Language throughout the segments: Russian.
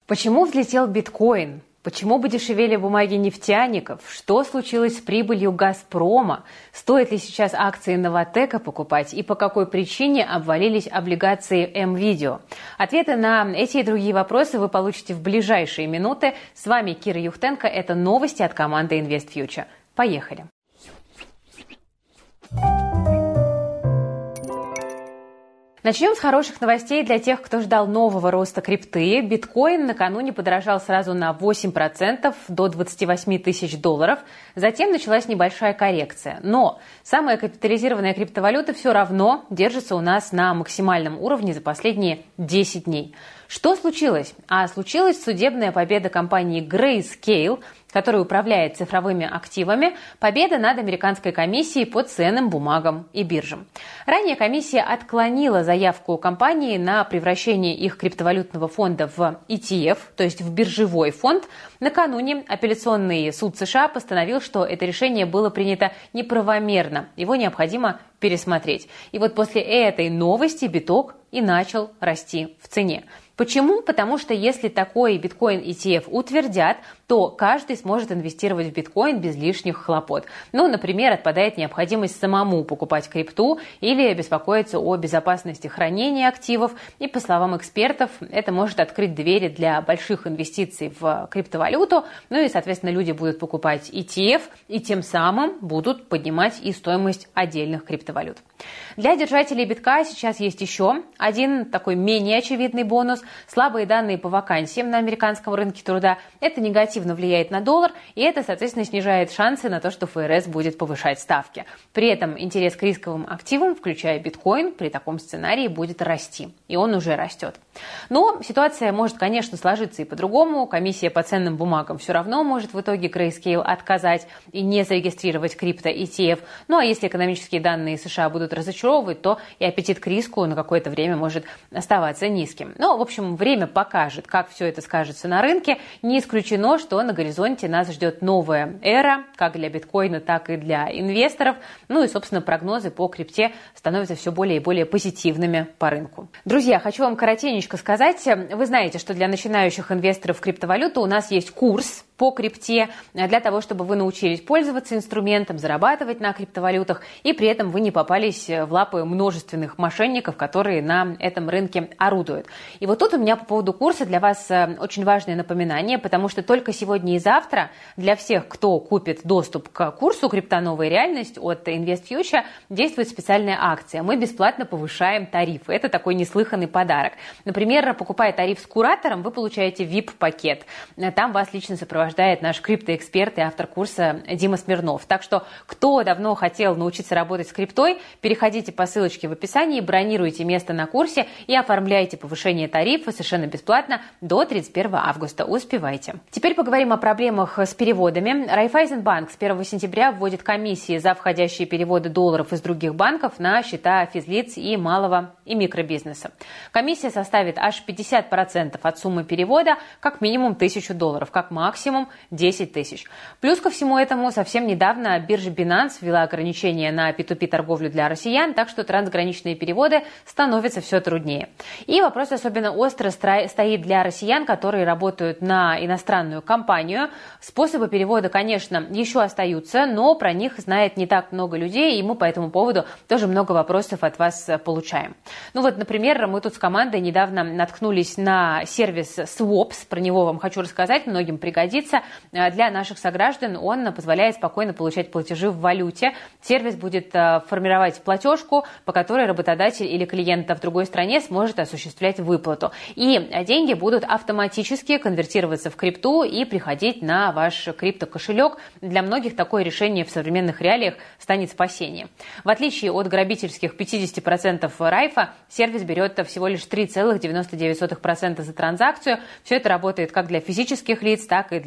Почему взлетел биткоин? Почему подешевели бумаги нефтяников? Что случилось с прибылью «Газпрома»? Стоит ли сейчас акции «Новатэка» покупать? И по какой причине обвалились облигации М-Видео? Ответы на эти и другие вопросы вы получите в ближайшие минуты. С вами Кира Юхтенко. Это новости от команды InvestFuture. Поехали! Начнем с хороших новостей для тех, кто ждал нового роста крипты. Биткоин накануне подорожал сразу на 8% до 28 тысяч долларов. Затем началась небольшая коррекция. Но самая капитализированная криптовалюта все равно держится у нас на максимальном уровне за последние 10 дней. Что случилось? Случилась судебная победа компании Grayscale, которая управляет цифровыми активами, победа над американской комиссией по ценным бумагам и биржам. Ранее комиссия отклонила заявку компании на превращение их криптовалютного фонда в ETF, то есть в биржевой фонд. Накануне апелляционный суд США постановил, что это решение было принято неправомерно, его необходимо пересмотреть. И вот после этой новости биток и начал расти в цене. Почему? Потому что если такой биткоин ETF утвердят, то каждый сможет инвестировать в биткоин без лишних хлопот. Например, отпадает необходимость самому покупать крипту или беспокоиться о безопасности хранения активов. И по словам экспертов, это может открыть двери для больших инвестиций в криптовалюту. И, соответственно, люди будут покупать ETF и тем самым будут поднимать и стоимость отдельных криптовалют. Для держателей битка сейчас есть еще один такой менее очевидный бонус. Слабые данные по вакансиям на американском рынке труда. Это негативно влияет на доллар, и это, соответственно, снижает шансы на то, что ФРС будет повышать ставки. При этом интерес к рисковым активам, включая биткоин, при таком сценарии будет расти. И он уже растет. Но ситуация может, конечно, сложиться и по-другому. Комиссия по ценным бумагам все равно может в итоге Grayscale отказать и не зарегистрировать крипто-ETF. А если экономические данные США будут разочаровывать, то и аппетит к риску на какое-то время может оставаться низким. В общем, время покажет, как все это скажется на рынке. Не исключено, что на горизонте нас ждет новая эра, как для биткоина, так и для инвесторов. И, собственно, прогнозы по крипте становятся все более и более позитивными по рынку. Друзья, хочу вам коротенько сказать. Вы знаете, что для начинающих инвесторов в криптовалюту у нас есть курс по крипте для того, чтобы вы научились пользоваться инструментом, зарабатывать на криптовалютах, и при этом вы не попались в лапы множественных мошенников, которые на этом рынке орудуют. И вот тут у меня по поводу курса для вас очень важное напоминание, потому что только сегодня и завтра для всех, кто купит доступ к курсу «Крипта. Новая реальность» от InvestFuture, действует специальная акция. Мы бесплатно повышаем тарифы. Это такой неслыханный подарок. Например, покупая тариф с куратором, вы получаете VIP-пакет. Там вас лично сопровождает наш криптоэксперт и автор курса Дима Смирнов. Так что, кто давно хотел научиться работать с криптой, переходите по ссылочке в описании, бронируйте место на курсе и оформляйте повышение тарифа совершенно бесплатно до 31 августа. Успевайте. Теперь поговорим о проблемах с переводами. Райффайзенбанк с 1 сентября вводит комиссии за входящие переводы долларов из других банков на счета физлиц и малого и микробизнеса. Комиссия составит аж 50% от суммы перевода, как минимум $1000, как максимум 10 тысяч. Плюс ко всему этому совсем недавно биржа Binance ввела ограничения на P2P торговлю для россиян, так что трансграничные переводы становятся все труднее. И вопрос особенно остро стоит для россиян, которые работают на иностранную компанию. Способы перевода, конечно, еще остаются, но про них знает не так много людей, и мы по этому поводу тоже много вопросов от вас получаем. Например, мы тут с командой недавно наткнулись на сервис Swaps, про него вам хочу рассказать, многим пригодится. Для наших сограждан он позволяет спокойно получать платежи в валюте. Сервис будет формировать платежку, по которой работодатель или клиент в другой стране сможет осуществлять выплату. И деньги будут автоматически конвертироваться в крипту и приходить на ваш криптокошелек. Для многих такое решение в современных реалиях станет спасением. В отличие от грабительских 50% райфа, сервис берет всего лишь 3,99% за транзакцию. Все это работает как для физических лиц, так и для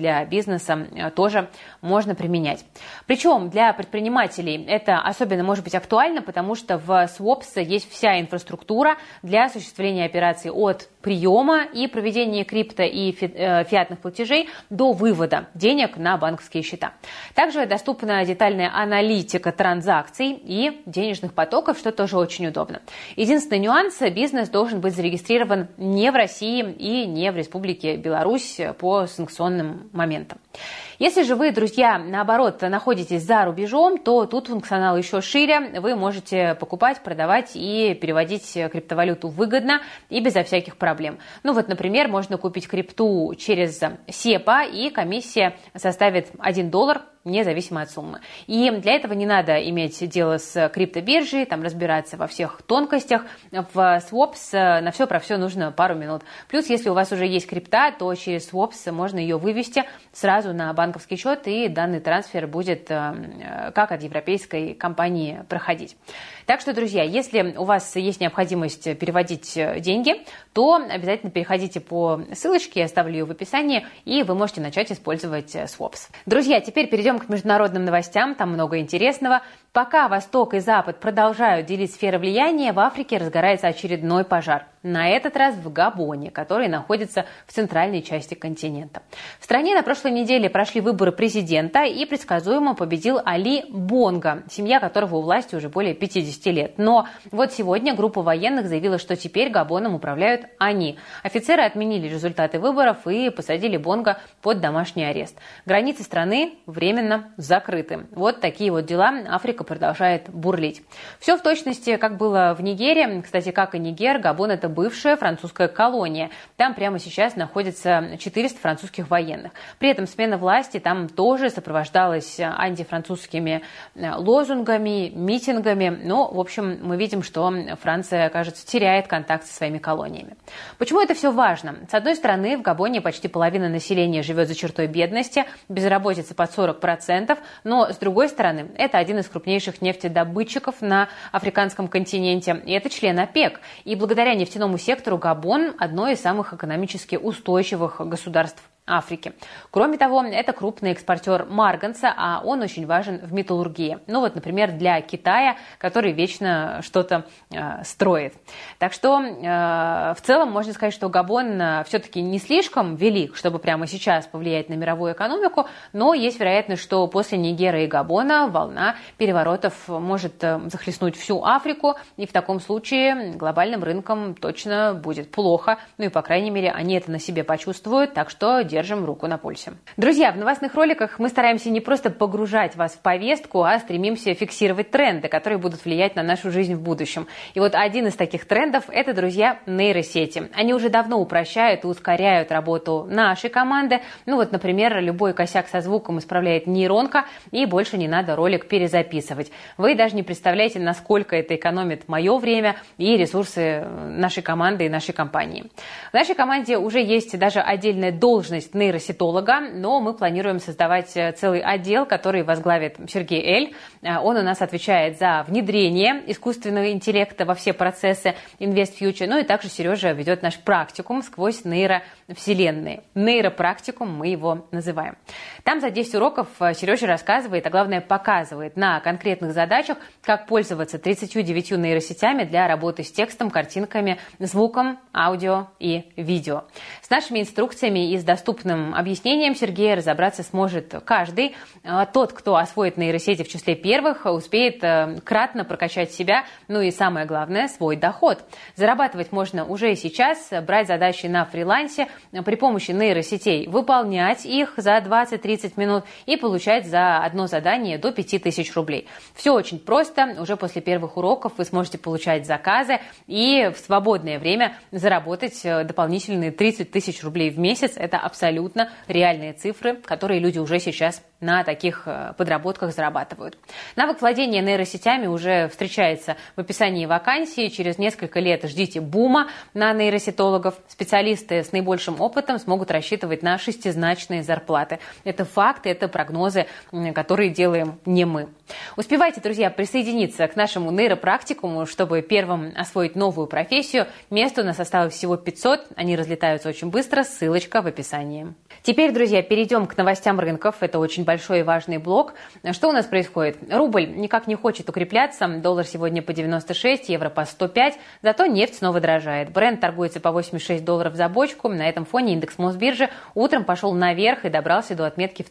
для бизнеса тоже можно применять. Причем для предпринимателей это особенно может быть актуально, потому что в Swaps есть вся инфраструктура для осуществления операций от приема и проведения крипто и фиатных платежей до вывода денег на банковские счета. Также доступна детальная аналитика транзакций и денежных потоков, что тоже очень удобно. Единственный нюанс – бизнес должен быть зарегистрирован не в России и не в Республике Беларусь по санкционным моментам. Если же вы, друзья, наоборот, находитесь за рубежом, то тут функционал еще шире. Вы можете покупать, продавать и переводить криптовалюту выгодно и безо всяких проблем. Ну вот, например, можно купить крипту через SEPA, и комиссия составит $1, независимо от суммы. И для этого не надо иметь дело с криптобиржей, там разбираться во всех тонкостях. В Swaps на все про все нужно пару минут. Плюс, если у вас уже есть крипта, то через Swaps можно ее вывести сразу на банковский счет, и данный трансфер будет как от европейской компании проходить. Так что, друзья, если у вас есть необходимость переводить деньги, то обязательно переходите по ссылочке, я оставлю ее в описании, и вы можете начать использовать Swaps. Друзья, теперь перейдем к международным новостям, там много интересного. Пока Восток и Запад продолжают делить сферы влияния, в Африке разгорается очередной пожар. На этот раз в Габоне, который находится в центральной части континента. В стране на прошлой неделе прошли выборы президента, и предсказуемо победил Али Бонго, семья которого у власти уже более 50 лет. Но вот сегодня группа военных заявила, что теперь Габоном управляют они. Офицеры отменили результаты выборов и посадили Бонго под домашний арест. Границы страны временно закрыты. Вот такие вот дела. Африка продолжает бурлить. Все в точности, как было в Нигере. Кстати, как и Нигер, Габон – это бывшая французская колония. Там прямо сейчас находится 400 французских военных. При этом смена власти там тоже сопровождалась антифранцузскими лозунгами, митингами. Но, в общем, мы видим, что Франция, кажется, теряет контакт со своими колониями. Почему это все важно? С одной стороны, в Габоне почти половина населения живет за чертой бедности, безработица под 40%, но, с другой стороны, это один из крупнейших нефтедобытчиков на африканском континенте, и это член ОПЕК. И благодаря нефтяному сектору Габон – одно из самых экономически устойчивых государств Африки. Кроме того, это крупный экспортер марганца, а он очень важен в металлургии. Ну вот, например, для Китая, который вечно что-то строит. Так что в целом можно сказать, что Габон все-таки не слишком велик, чтобы прямо сейчас повлиять на мировую экономику, но есть вероятность, что после Нигера и Габона волна переворотов может захлестнуть всю Африку, и в таком случае глобальным рынкам точно будет плохо. Ну и, по крайней мере, они это на себе почувствуют, так что держим руку на пульсе. Друзья, в новостных роликах мы стараемся не просто погружать вас в повестку, а стремимся фиксировать тренды, которые будут влиять на нашу жизнь в будущем. И вот один из таких трендов – это, друзья, нейросети. Они уже давно упрощают и ускоряют работу нашей команды. Ну вот, например, любой косяк со звуком исправляет нейронка, и больше не надо ролик перезаписывать. Вы даже не представляете, насколько это экономит мое время и ресурсы нашей команды и нашей компании. В нашей команде уже есть даже отдельная должность нейросетолога, но мы планируем создавать целый отдел, который возглавит Сергей Эль. Он у нас отвечает за внедрение искусственного интеллекта во все процессы InvestFuture. Ну и также Сережа ведет наш практикум сквозь нейровселенные. Нейропрактикум мы его называем. Там за 10 уроков Сережа рассказывает, а главное показывает на конкретных задачах, как пользоваться 39 нейросетями для работы с текстом, картинками, звуком, аудио и видео. С нашими инструкциями и с доступным объяснением Сергея разобраться сможет каждый. Тот, кто освоит нейросети в числе первых, успеет кратно прокачать себя, ну и самое главное, свой доход. Зарабатывать можно уже сейчас, брать задачи на фрилансе, при помощи нейросетей выполнять их за 20-30 минут и получать за одно задание до 5000 рублей. Все очень просто. Уже после первых уроков вы сможете получать заказы и в свободное время заработать дополнительные 30 000 рублей в месяц. Это абсолютно реальные цифры, которые люди уже сейчас на таких подработках зарабатывают. Навык владения нейросетями уже встречается в описании вакансии. Через несколько лет ждите бума на нейросетологов. Специалисты с наибольшим опытом смогут рассчитывать на шестизначные зарплаты. Это факты, это прогнозы, которые делаем не мы. Успевайте, друзья, присоединиться к нашему нейропрактикуму, чтобы первым освоить новую профессию. Мест у нас осталось всего 500, они разлетаются очень быстро, ссылочка в описании. Теперь, друзья, перейдем к новостям рынков. Это очень большой и важный блок. Что у нас происходит? Рубль никак не хочет укрепляться. Доллар сегодня по 96, евро по 105. Зато нефть снова дорожает. Брент торгуется по $86 за бочку. На этом фоне индекс Мосбиржи утром пошел наверх и добрался до отметки в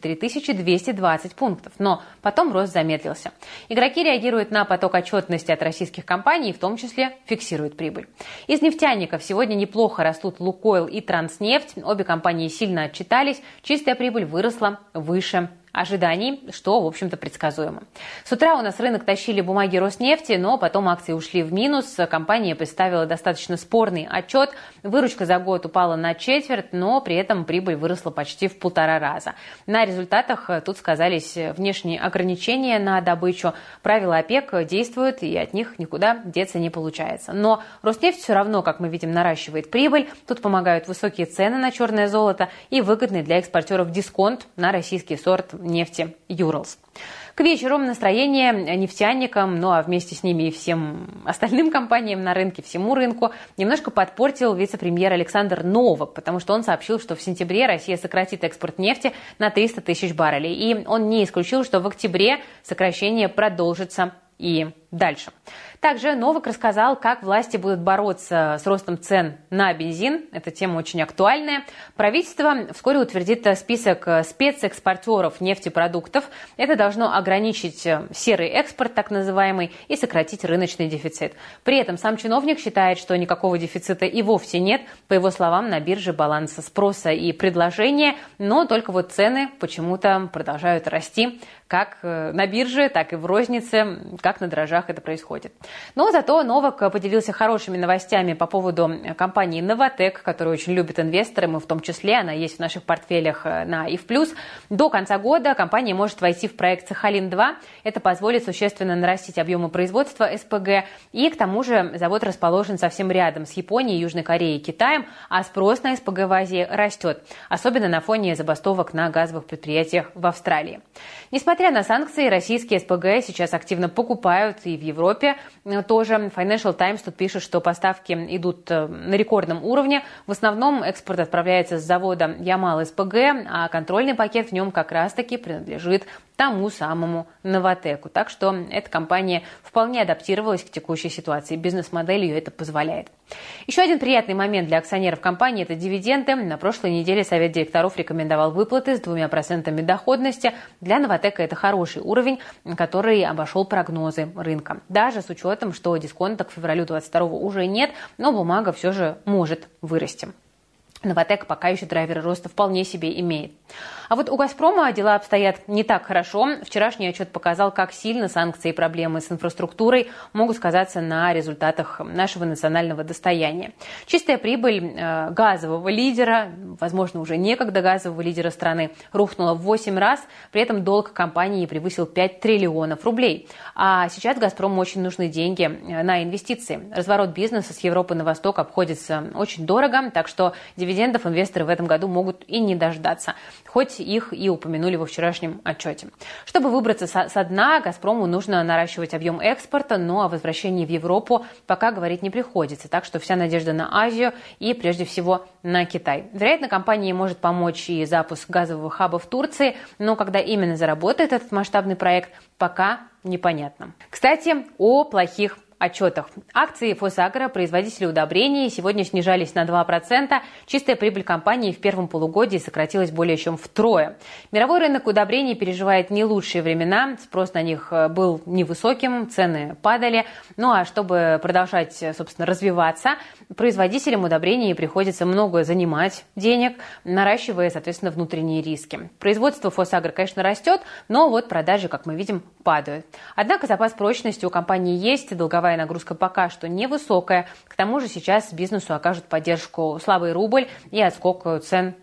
3220 пунктов. Но потом рост замедлился. Игроки реагируют на поток отчетности от российских компаний и в том числе фиксируют прибыль. Из нефтяников сегодня неплохо растут Лукойл и Транснефть. Обе компании сильно отчитались. Чистая прибыль выросла выше ожиданий, что, в общем-то, предсказуемо. С утра у нас рынок тащили бумаги Роснефти, но потом акции ушли в минус. Компания представила достаточно спорный отчет. Выручка за год упала на четверть, но при этом прибыль выросла почти в 1,5 раза. На результатах тут сказались внешние ограничения на добычу. Правила ОПЕК действуют, и от них никуда деться не получается. Но Роснефть все равно, как мы видим, наращивает прибыль. Тут помогают высокие цены на черное золото и выгодный для экспортеров дисконт на российский сорт нефти Юралс. К вечеру настроение нефтяникам, ну а вместе с ними и всем остальным компаниям на рынке, всему рынку, немножко подпортил вице-премьер Александр Новак, потому что он сообщил, что в сентябре Россия сократит экспорт нефти на 300 тысяч баррелей. И он не исключил, что в октябре сокращение продолжится и дальше. Также Новак рассказал, как власти будут бороться с ростом цен на бензин. Эта тема очень актуальная. Правительство вскоре утвердит список спецэкспортеров нефтепродуктов. Это должно ограничить серый экспорт, так называемый, и сократить рыночный дефицит. При этом сам чиновник считает, что никакого дефицита и вовсе нет. По его словам, на бирже баланс спроса и предложения, но только вот цены почему-то продолжают расти, как на бирже, так и в рознице, как на дрожжах это происходит. Но зато Новак поделился хорошими новостями по поводу компании «Новатэк», которую очень любят инвесторы, мы в том числе, она есть в наших портфелях на ИФ+. До конца года компания может войти в проект «Сахалин-2». Это позволит существенно нарастить объемы производства СПГ. И к тому же завод расположен совсем рядом с Японией, Южной Кореей и Китаем, а спрос на СПГ в Азии растет, особенно на фоне забастовок на газовых предприятиях в Австралии. Несмотря на санкции, российские СПГ сейчас активно покупают и в Европе тоже. Financial Times тут пишет, что поставки идут на рекордном уровне. В основном экспорт отправляется с завода Ямал СПГ, а контрольный пакет в нем как раз-таки принадлежит тому самому Новатэку. Так что эта компания вполне адаптировалась к текущей ситуации. Бизнес-модель ее это позволяет. Еще один приятный момент для акционеров компании – это дивиденды. На прошлой неделе Совет директоров рекомендовал выплаты с 2% доходности. Для Новатэка это хороший уровень, который обошел прогнозы рынка. Даже с учетом, что дисконта к февралю 2022 уже нет, но бумага все же может вырасти. Новатэк пока еще драйверы роста вполне себе имеет. А вот у «Газпрома» дела обстоят не так хорошо. Вчерашний отчет показал, как сильно санкции и проблемы с инфраструктурой могут сказаться на результатах нашего национального достояния. Чистая прибыль газового лидера, возможно, уже некогда газового лидера страны, рухнула в 8 раз. При этом долг компании превысил 5 триллионов рублей. А сейчас «Газпрому» очень нужны деньги на инвестиции. Разворот бизнеса с Европы на восток обходится очень дорого, так что дивидендов инвесторы в этом году могут и не дождаться. Хоть их и упомянули во вчерашнем отчете. Чтобы выбраться со дна, «Газпрому» нужно наращивать объем экспорта, но о возвращении в Европу пока говорить не приходится. Так что вся надежда на Азию и, прежде всего, на Китай. Вероятно, компании может помочь и запуск газового хаба в Турции, но когда именно заработает этот масштабный проект, пока непонятно. Кстати, о плохих отчетах. Акции «Фосагро», производителя удобрений, сегодня снижались на 2%. Чистая прибыль компании в первом полугодии сократилась более чем втрое. Мировой рынок удобрений переживает не лучшие времена. Спрос на них был невысоким, цены падали. Ну а чтобы продолжать, собственно, развиваться, производителям удобрений приходится много занимать денег, наращивая, соответственно, внутренние риски. Производство «Фосагро», конечно, растет, но вот продажи, как мы видим, падают. Однако запас прочности у компании есть, долговая нагрузка пока что невысокая. К тому же сейчас бизнесу окажут поддержку слабый рубль и отскок цен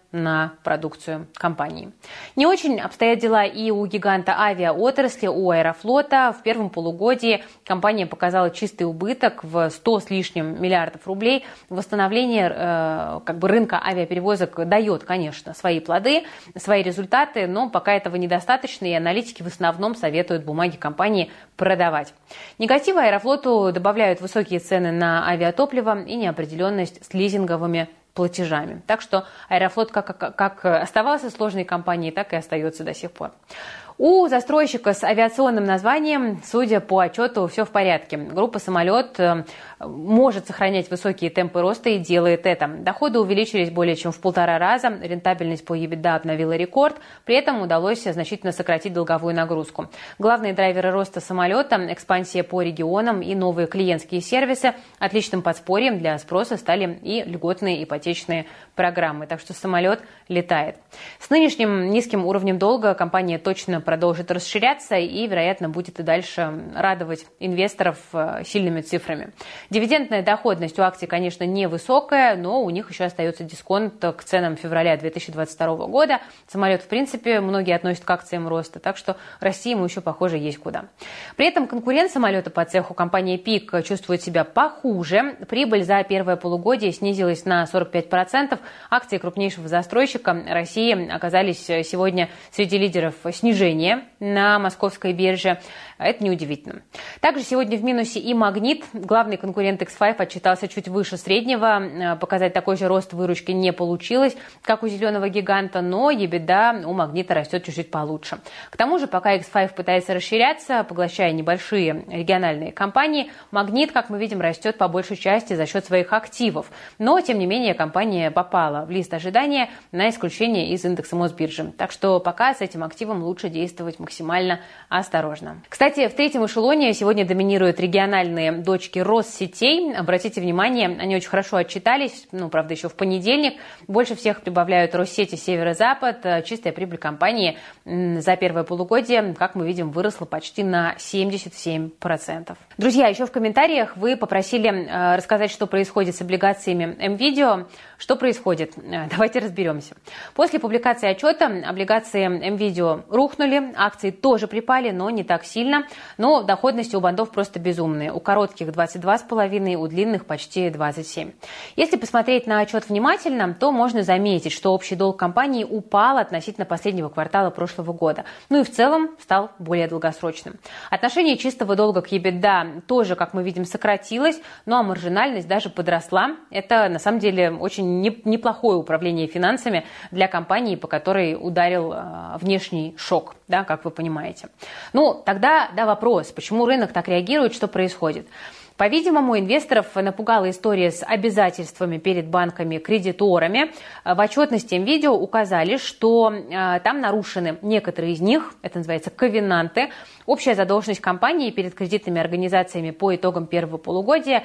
на продукцию компании. Не очень обстоят дела и у гиганта авиаотрасли, у Аэрофлота. В первом полугодии компания показала чистый убыток в 100 с лишним миллиардов рублей. Восстановление рынка авиаперевозок дает, конечно, свои плоды, свои результаты, но пока этого недостаточно, и аналитики в основном советуют бумаги компании продавать. Негатива Аэрофлоту добавляют высокие цены на авиатопливо и неопределенность с лизинговыми платежами. Так что Аэрофлот как оставался сложной компанией, так и остается до сих пор. У застройщика с авиационным названием, судя по отчету, все в порядке. Группа «Самолет» может сохранять высокие темпы роста и делает это. Доходы увеличились более чем в 1,5 раза, рентабельность по EBITDA обновила рекорд, при этом удалось значительно сократить долговую нагрузку. Главные драйверы роста «Самолета» – экспансия по регионам и новые клиентские сервисы. Отличным подспорьем для спроса стали и льготные ипотечные программы. Так что «Самолет» летает. С нынешним низким уровнем долга компания точно продолжит расширяться и, вероятно, будет и дальше радовать инвесторов сильными цифрами. Дивидендная доходность у акций, конечно, невысокая, но у них еще остается дисконт к ценам февраля 2022 года. «Самолет», в принципе, многие относят к акциям роста, так что расти ему еще, похоже, есть куда. При этом конкурент «Самолета» по цеху, компания «Пик», чувствует себя похуже. Прибыль за первое полугодие снизилась на 45%. Акции крупнейшего застройщика России оказались сегодня среди лидеров снижения на московской бирже. Это неудивительно. Также сегодня в минусе и «Магнит». Главный конкурент X5 отчитался чуть выше среднего. Показать такой же рост выручки не получилось, как у зеленого гиганта, но EBITDA у «Магнита» растет чуть-чуть получше. К тому же, пока X5 пытается расширяться, поглощая небольшие региональные компании, «Магнит», как мы видим, растет по большей части за счет своих активов. Но, тем не менее, компания попала в лист ожидания на исключение из индекса Мосбиржи. Так что пока с этим активом лучше действовать максимально осторожно. Кстати, в третьем эшелоне сегодня доминируют региональные дочки Россетей. Обратите внимание, они очень хорошо отчитались, правда, еще в понедельник. Больше всех прибавляют Россети Северо-Запад. Чистая прибыль компании за первое полугодие, как мы видим, выросла почти на 77%. Друзья, еще в комментариях вы попросили рассказать, что происходит с облигациями МВидео. Что происходит? Давайте разберемся. После публикации отчета облигации МВидео рухнули, акции тоже припали, но не так сильно. Но доходности у бандов просто безумные. У коротких 22,5, у длинных почти 27. Если посмотреть на отчет внимательно, то можно заметить, что общий долг компании упал относительно последнего квартала прошлого года. И в целом стал более долгосрочным. Отношение чистого долга к EBITDA тоже, как мы видим, сократилось, а маржинальность даже подросла. Это, на самом деле, очень неплохое управление финансами для компании, по которой ударил внешний шок, да, как вы понимаете. Тогда вопрос, почему рынок так реагирует, что происходит? По-видимому, инвесторов напугала история с обязательствами перед банками-кредиторами. В отчетности МВидео указали, что там нарушены некоторые из них, это называется ковенанты. Общая задолженность компании перед кредитными организациями по итогам первого полугодия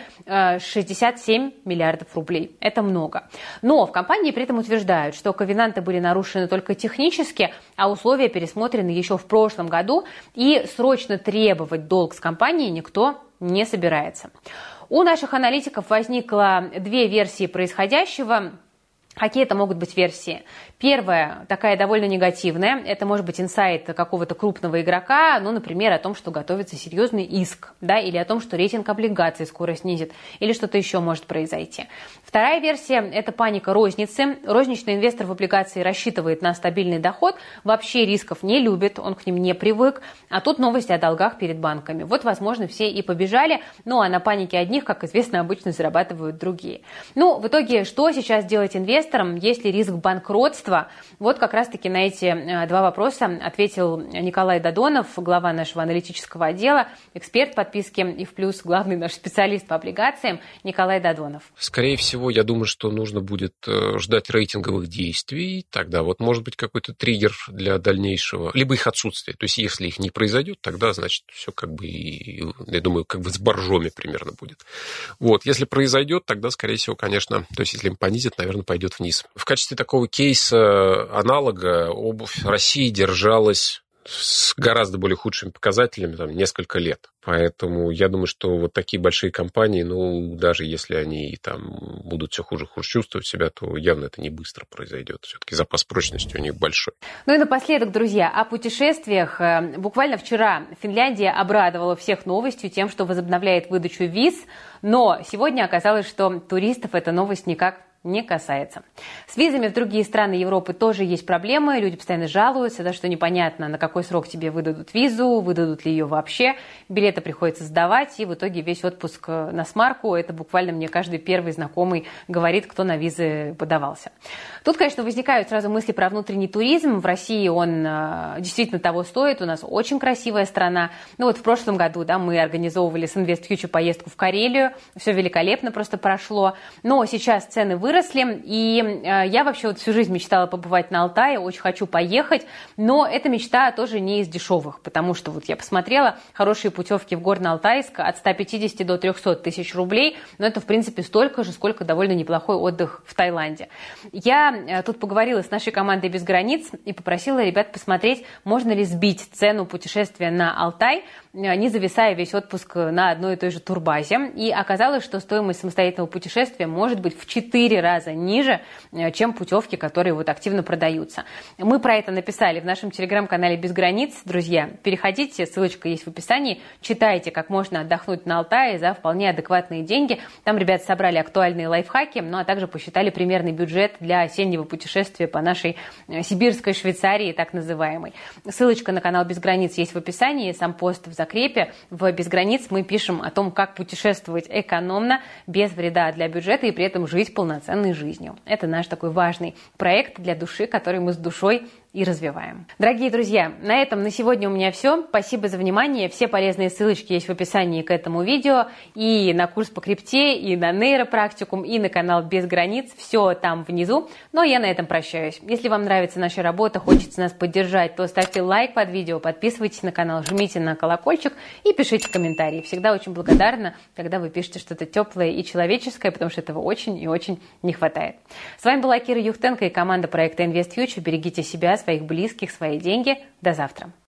67 миллиардов рублей. Это много. Но в компании при этом утверждают, что ковенанты были нарушены только технически, а условия пересмотрены еще в прошлом году, и срочно требовать долг с компании никто не собирается. У наших аналитиков возникло две версии происходящего. Какие это могут быть версии? Первая, такая довольно негативная, это может быть инсайт какого-то крупного игрока, например, о том, что готовится серьезный иск, да, или о том, что рейтинг облигаций скоро снизит, или что-то еще может произойти. Вторая версия – это паника розницы. Розничный инвестор в облигации рассчитывает на стабильный доход, вообще рисков не любит, он к ним не привык, а тут новости о долгах перед банками. Возможно, все и побежали, а на панике одних, как известно, обычно зарабатывают другие. В итоге, что сейчас делать инвесторам, есть ли риск банкротства? Как раз-таки на эти два вопроса ответил Николай Додонов, глава нашего аналитического отдела, эксперт подписки и в плюс главный наш специалист по облигациям Николай Додонов. Скорее всего, я думаю, что нужно будет ждать рейтинговых действий. Тогда может быть какой-то триггер для дальнейшего, либо их отсутствия. То есть, если их не произойдет, тогда, значит, все я думаю, с боржоми примерно будет. Если произойдет, тогда, скорее всего, конечно, то есть, если им понизят, наверное, пойдет вниз. В качестве такого кейса аналога обувь России держалась с гораздо более худшими показателями там, несколько лет. Поэтому я думаю, что вот такие большие компании, ну, даже если они там будут все хуже и хуже чувствовать себя, то явно это не быстро произойдет. Все-таки запас прочности у них большой. Ну и напоследок, друзья, о путешествиях. Буквально вчера Финляндия обрадовала всех новостью тем, что возобновляет выдачу виз, но сегодня оказалось, что туристов эта новость никак не касается. С визами в другие страны Европы тоже есть проблемы. Люди постоянно жалуются, да, что непонятно, на какой срок тебе выдадут визу, выдадут ли ее вообще. Билеты приходится сдавать, и в итоге весь отпуск на смарку. Это буквально мне каждый первый знакомый говорит, кто на визы подавался. Тут, конечно, возникают сразу мысли про внутренний туризм. В России он действительно того стоит. У нас очень красивая страна. Ну вот в прошлом году, да, мы организовывали с Invest Future поездку в Карелию. Все великолепно просто прошло. Но сейчас цены выросли, и я вообще вот всю жизнь мечтала побывать на Алтае, очень хочу поехать, но эта мечта тоже не из дешевых, потому что вот я посмотрела, хорошие путевки в Горно-Алтайск от 150 до 300 тысяч рублей, но это в принципе столько же, сколько довольно неплохой отдых в Таиланде. Я тут поговорила с нашей командой «Без границ» и попросила ребят посмотреть, можно ли сбить цену путешествия на Алтай, не зависая весь отпуск на одной и той же турбазе. И оказалось, что стоимость самостоятельного путешествия может быть в 4 раза ниже, чем путевки, которые вот активно продаются. Мы про это написали в нашем телеграм-канале «Без границ». Друзья, переходите, ссылочка есть в описании, читайте, как можно отдохнуть на Алтае за вполне адекватные деньги. Там ребята собрали актуальные лайфхаки, ну а также посчитали примерный бюджет для осеннего путешествия по нашей сибирской Швейцарии, так называемой. Ссылочка на канал «Без границ» есть в описании, сам пост в закрепе. В «Без границ» мы пишем о том, как путешествовать экономно, без вреда для бюджета и при этом жить полноценной жизнью. Это наш такой важный проект для души, который мы с душой и развиваем. Дорогие друзья, на этом на сегодня у меня все. Спасибо за внимание. Все полезные ссылочки есть в описании к этому видео. И на курс по крипте, и на нейропрактикум, и на канал «Без границ». Все там внизу. Но я на этом прощаюсь. Если вам нравится наша работа, хочется нас поддержать, то ставьте лайк под видео, подписывайтесь на канал, жмите на колокольчик и пишите комментарии. Всегда очень благодарна, когда вы пишете что-то теплое и человеческое, потому что этого очень и очень не хватает. С вами была Кира Юхтенко и команда проекта Invest Future. Берегите себя, своих близких, свои деньги. До завтра.